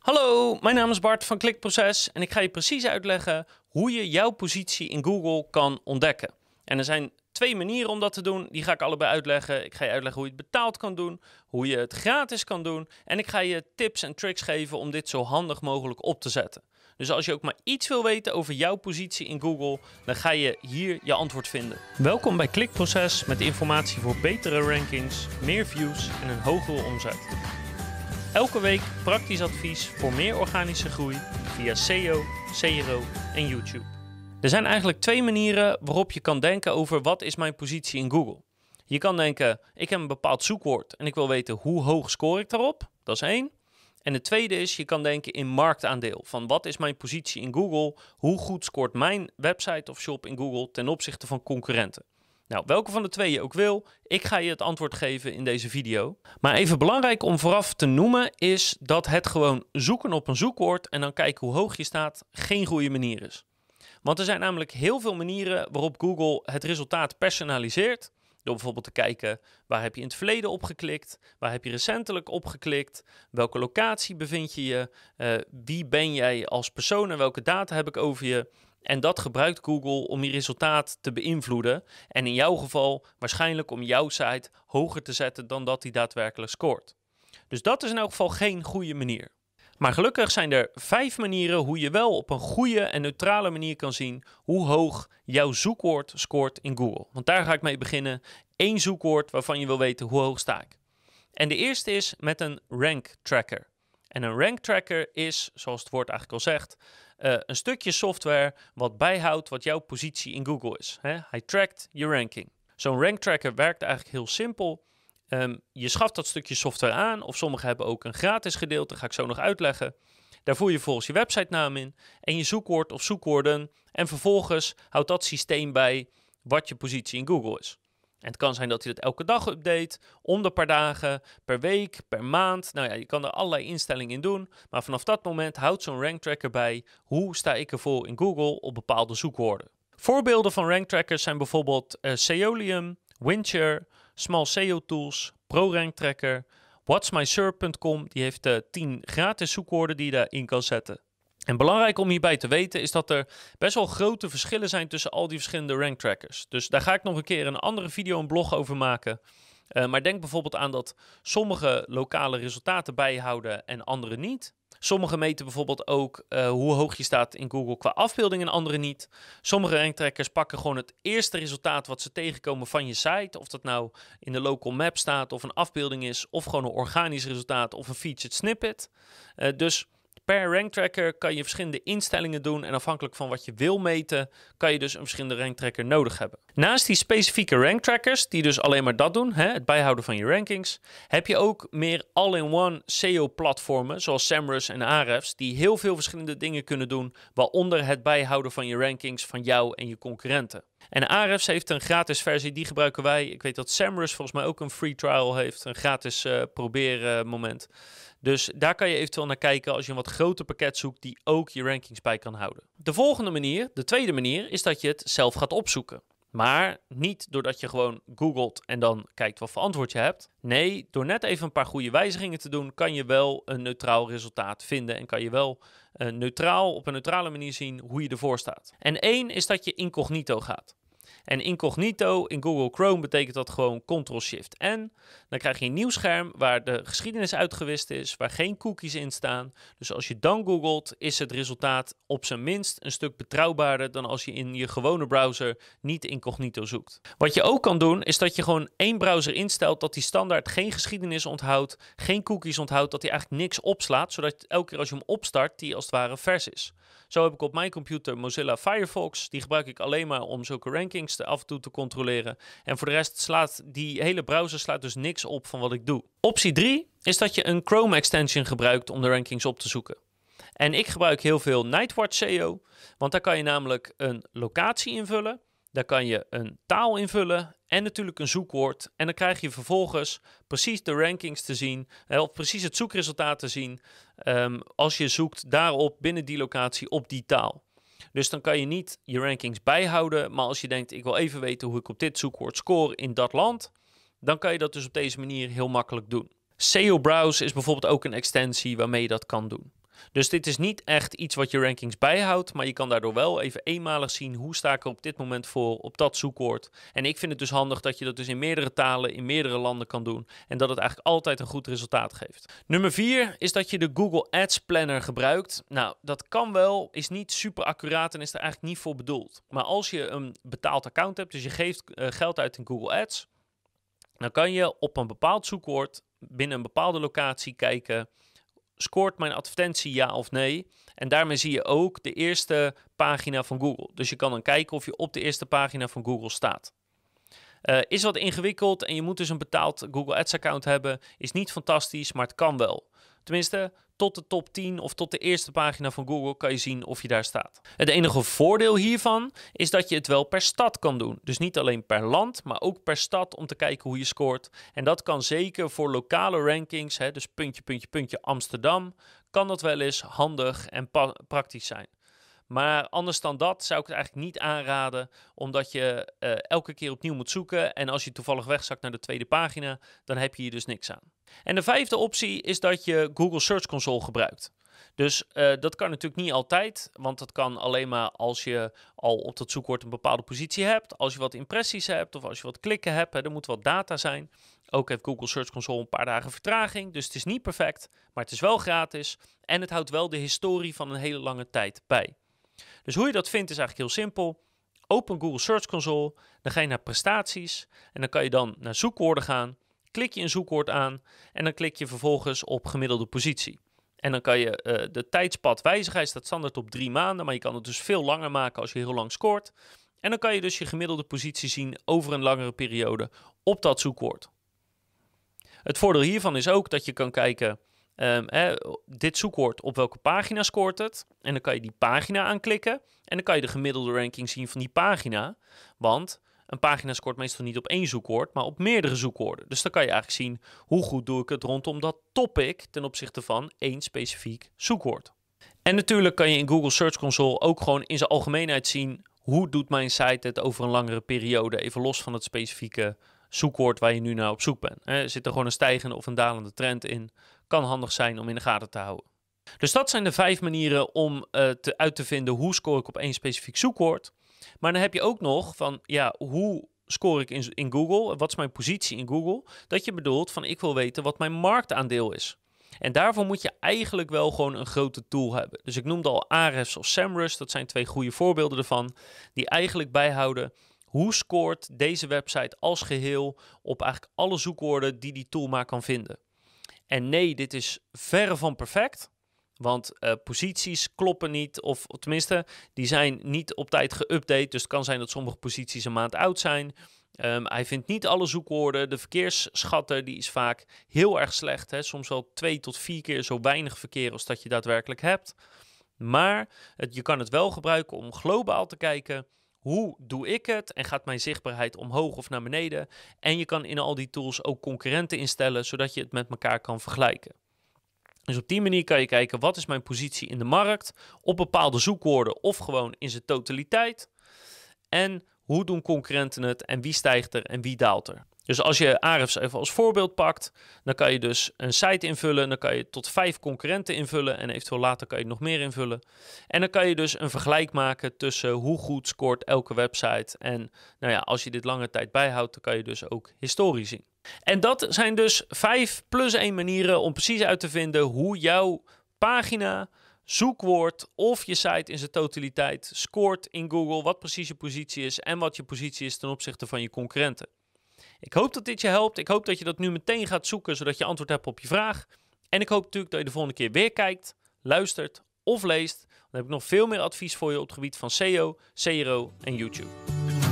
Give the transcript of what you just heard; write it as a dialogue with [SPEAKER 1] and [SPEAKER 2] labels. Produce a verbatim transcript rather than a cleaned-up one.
[SPEAKER 1] Hallo, mijn naam is Bart van Klikproces en ik ga je precies uitleggen hoe je jouw positie in Google kan ontdekken. En er zijn twee manieren om dat te doen, die ga ik allebei uitleggen. Ik ga je uitleggen hoe je het betaald kan doen, hoe je het gratis kan doen en ik ga je tips en tricks geven om dit zo handig mogelijk op te zetten. Dus als je ook maar iets wil weten over jouw positie in Google, dan ga je hier je antwoord vinden. Welkom bij Klikproces met informatie voor betere rankings, meer views en een hogere omzet. Elke week praktisch advies voor meer organische groei via S E O, C R O en YouTube. Er zijn eigenlijk twee manieren waarop je kan denken over wat is mijn positie in Google. Je kan denken, ik heb een bepaald zoekwoord en ik wil weten hoe hoog score ik daarop. Dat is één. En de tweede is, je kan denken in marktaandeel. Van wat is mijn positie in Google? Hoe goed scoort mijn website of shop in Google ten opzichte van concurrenten? Nou, welke van de twee je ook wil, ik ga je het antwoord geven in deze video. Maar even belangrijk om vooraf te noemen is dat het gewoon zoeken op een zoekwoord en dan kijken hoe hoog je staat geen goede manier is. Want er zijn namelijk heel veel manieren waarop Google het resultaat personaliseert. Door bijvoorbeeld te kijken, waar heb je in het verleden op geklikt? Waar heb je recentelijk op geklikt? Welke locatie bevind je je? Uh, wie ben jij als persoon en welke data heb ik over je? En dat gebruikt Google om je resultaat te beïnvloeden. En in jouw geval waarschijnlijk om jouw site hoger te zetten dan dat die daadwerkelijk scoort. Dus dat is in elk geval geen goede manier. Maar gelukkig zijn er vijf manieren hoe je wel op een goede en neutrale manier kan zien hoe hoog jouw zoekwoord scoort in Google. Want daar ga ik mee beginnen. Eén zoekwoord waarvan je wil weten hoe hoog sta ik. En de eerste is met een rank tracker. En een rank tracker is, zoals het woord eigenlijk al zegt, uh, een stukje software wat bijhoudt wat jouw positie in Google is. Hè? Hij trackt je ranking. Zo'n rank tracker werkt eigenlijk heel simpel. Um, je schaft dat stukje software aan, of sommigen hebben ook een gratis gedeelte, ga ik zo nog uitleggen. Daar voer je volgens je websitenaam in en je zoekwoord of zoekwoorden. En vervolgens houdt dat systeem bij wat je positie in Google is. En het kan zijn dat hij dat elke dag update, om de paar dagen, per week, per maand. Nou ja, je kan er allerlei instellingen in doen. Maar vanaf dat moment houdt zo'n rank tracker bij hoe sta ik ervoor in Google op bepaalde zoekwoorden. Voorbeelden van rank trackers zijn bijvoorbeeld uh, Seolium, Windshare, Small S E O Tools, ProRank Tracker, What's My S E R P punt com. Die heeft uh, tien gratis zoekwoorden die je daarin kan zetten. En belangrijk om hierbij te weten is dat er best wel grote verschillen zijn tussen al die verschillende rank trackers. Dus daar ga ik nog een keer een andere video, een blog over maken. Uh, maar denk bijvoorbeeld aan dat sommige lokale resultaten bijhouden en andere niet. Sommige meten bijvoorbeeld ook uh, hoe hoog je staat in Google qua afbeelding en andere niet. Sommige ranktrackers pakken gewoon het eerste resultaat wat ze tegenkomen van je site. Of dat nou in de local map staat of een afbeelding is of gewoon een organisch resultaat of een featured snippet. Uh, dus per ranktracker kan je verschillende instellingen doen en afhankelijk van wat je wil meten, kan je dus een verschillende ranktracker nodig hebben. Naast die specifieke ranktrackers, die dus alleen maar dat doen, hè, het bijhouden van je rankings, heb je ook meer all-in-one S E O-platformen, zoals SEMrush en Ahrefs, die heel veel verschillende dingen kunnen doen, waaronder het bijhouden van je rankings van jou en je concurrenten. En Ahrefs heeft een gratis versie, die gebruiken wij. Ik weet dat SEMrush volgens mij ook een free trial heeft, een gratis uh, probeermoment. Dus daar kan je eventueel naar kijken als je een wat groter pakket zoekt die ook je rankings bij kan houden. De volgende manier, de tweede manier, is dat je het zelf gaat opzoeken. Maar niet doordat je gewoon googelt en dan kijkt wat voor antwoord je hebt. Nee, door net even een paar goede wijzigingen te doen, kan je wel een neutraal resultaat vinden. En kan je wel uh, neutraal, op een neutrale manier zien hoe je ervoor staat. En één is dat je incognito gaat. En incognito in Google Chrome betekent dat gewoon control shift N. Dan krijg je een nieuw scherm waar de geschiedenis uitgewist is, waar geen cookies in staan. Dus als je dan googelt, is het resultaat op zijn minst een stuk betrouwbaarder dan als je in je gewone browser niet incognito zoekt. Wat je ook kan doen, is dat je gewoon één browser instelt dat die standaard geen geschiedenis onthoudt, geen cookies onthoudt, dat hij eigenlijk niks opslaat, zodat elke keer als je hem opstart, die als het ware vers is. Zo heb ik op mijn computer Mozilla Firefox. Die gebruik ik alleen maar om zulke rankings te af en toe te controleren. En voor de rest slaat die hele browser slaat dus niks op van wat ik doe. Optie drie is dat je een Chrome extension gebruikt om de rankings op te zoeken. En ik gebruik heel veel Nightwatch S E O, want daar kan je namelijk een locatie invullen. Daar kan je een taal invullen en natuurlijk een zoekwoord. En dan krijg je vervolgens precies de rankings te zien, of precies het zoekresultaat te zien, um, als je zoekt daarop binnen die locatie op die taal. Dus dan kan je niet je rankings bijhouden, maar als je denkt, ik wil even weten hoe ik op dit zoekwoord score in dat land, dan kan je dat dus op deze manier heel makkelijk doen. S E O Browse is bijvoorbeeld ook een extensie waarmee je dat kan doen. Dus dit is niet echt iets wat je rankings bijhoudt, maar je kan daardoor wel even eenmalig zien hoe sta ik er op dit moment voor op dat zoekwoord. En ik vind het dus handig dat je dat dus in meerdere talen, in meerdere landen kan doen en dat het eigenlijk altijd een goed resultaat geeft. Nummer vier is dat je de Google Ads Planner gebruikt. Nou, dat kan wel, is niet super accuraat en is er eigenlijk niet voor bedoeld. Maar als je een betaald account hebt, dus je geeft uh, geld uit in Google Ads, dan kan je op een bepaald zoekwoord binnen een bepaalde locatie kijken, scoort mijn advertentie ja of nee? En daarmee zie je ook de eerste pagina van Google. Dus je kan dan kijken of je op de eerste pagina van Google staat. Uh, is wat ingewikkeld en je moet dus een betaald Google Ads account hebben. Is niet fantastisch, maar het kan wel. Tenminste, tot de top tien of tot de eerste pagina van Google kan je zien of je daar staat. Het enige voordeel hiervan is dat je het wel per stad kan doen. Dus niet alleen per land, maar ook per stad om te kijken hoe je scoort. En dat kan zeker voor lokale rankings, hè, dus puntje, puntje, puntje Amsterdam, kan dat wel eens handig en praktisch zijn. Maar anders dan dat zou ik het eigenlijk niet aanraden, omdat je uh, elke keer opnieuw moet zoeken. En als je toevallig wegzakt naar de tweede pagina, dan heb je hier dus niks aan. En de vijfde optie is dat je Google Search Console gebruikt. Dus uh, dat kan natuurlijk niet altijd, want dat kan alleen maar als je al op dat zoekwoord een bepaalde positie hebt. Als je wat impressies hebt of als je wat klikken hebt, hè, er moet wat data zijn. Ook heeft Google Search Console een paar dagen vertraging, dus het is niet perfect, maar het is wel gratis. En het houdt wel de historie van een hele lange tijd bij. Dus hoe je dat vindt is eigenlijk heel simpel. Open Google Search Console, dan ga je naar prestaties en dan kan je dan naar zoekwoorden gaan. Klik je een zoekwoord aan en dan klik je vervolgens op gemiddelde positie. En dan kan je uh, de tijdspad wijzigen. Hij staat standaard op drie maanden, maar je kan het dus veel langer maken als je heel lang scoort. En dan kan je dus je gemiddelde positie zien over een langere periode op dat zoekwoord. Het voordeel hiervan is ook dat je kan kijken, Um, eh, dit zoekwoord, op welke pagina scoort het? En dan kan je die pagina aanklikken en dan kan je de gemiddelde ranking zien van die pagina. Want een pagina scoort meestal niet op één zoekwoord, maar op meerdere zoekwoorden. Dus dan kan je eigenlijk zien hoe goed doe ik het rondom dat topic ten opzichte van één specifiek zoekwoord. En natuurlijk kan je in Google Search Console ook gewoon in zijn algemeenheid zien hoe doet mijn site het over een langere periode, even los van het specifieke zoekwoord waar je nu naar op zoek bent. Eh, zit er gewoon een stijgende of een dalende trend in? Kan handig zijn om in de gaten te houden. Dus dat zijn de vijf manieren om uh, te, uit te vinden hoe score ik op één specifiek zoekwoord. Maar dan heb je ook nog van, ja, hoe score ik in, in Google? Wat is mijn positie in Google? Dat je bedoelt van, ik wil weten wat mijn marktaandeel is. En daarvoor moet je eigenlijk wel gewoon een grote tool hebben. Dus ik noemde al Ahrefs of SEMrush, dat zijn twee goede voorbeelden ervan, die eigenlijk bijhouden hoe scoort deze website als geheel op eigenlijk alle zoekwoorden die die tool maar kan vinden. En nee, dit is verre van perfect, want uh, posities kloppen niet, of, of tenminste, die zijn niet op tijd geüpdate. Dus het kan zijn dat sommige posities een maand oud zijn. Um, hij vindt niet alle zoekwoorden. De verkeersschatter die is vaak heel erg slecht. Hè? Soms wel twee tot vier keer zo weinig verkeer als dat je daadwerkelijk hebt. Maar het, je kan het wel gebruiken om globaal te kijken, hoe doe ik het en gaat mijn zichtbaarheid omhoog of naar beneden? En je kan in al die tools ook concurrenten instellen, zodat je het met elkaar kan vergelijken. Dus op die manier kan je kijken, wat is mijn positie in de markt op bepaalde zoekwoorden of gewoon in zijn totaliteit? En hoe doen concurrenten het en wie stijgt er en wie daalt er? Dus als je Ahrefs even als voorbeeld pakt, dan kan je dus een site invullen. Dan kan je tot vijf concurrenten invullen en eventueel later kan je nog meer invullen. En dan kan je dus een vergelijk maken tussen hoe goed scoort elke website. En nou ja, als je dit lange tijd bijhoudt, dan kan je dus ook historie zien. En dat zijn dus vijf plus één manieren om precies uit te vinden hoe jouw pagina, zoekwoord of je site in zijn totaliteit scoort in Google, wat precies je positie is en wat je positie is ten opzichte van je concurrenten. Ik hoop dat dit je helpt. Ik hoop dat je dat nu meteen gaat zoeken, zodat je antwoord hebt op je vraag. En ik hoop natuurlijk dat je de volgende keer weer kijkt, luistert of leest. Dan heb ik nog veel meer advies voor je op het gebied van S E O, C R O en YouTube.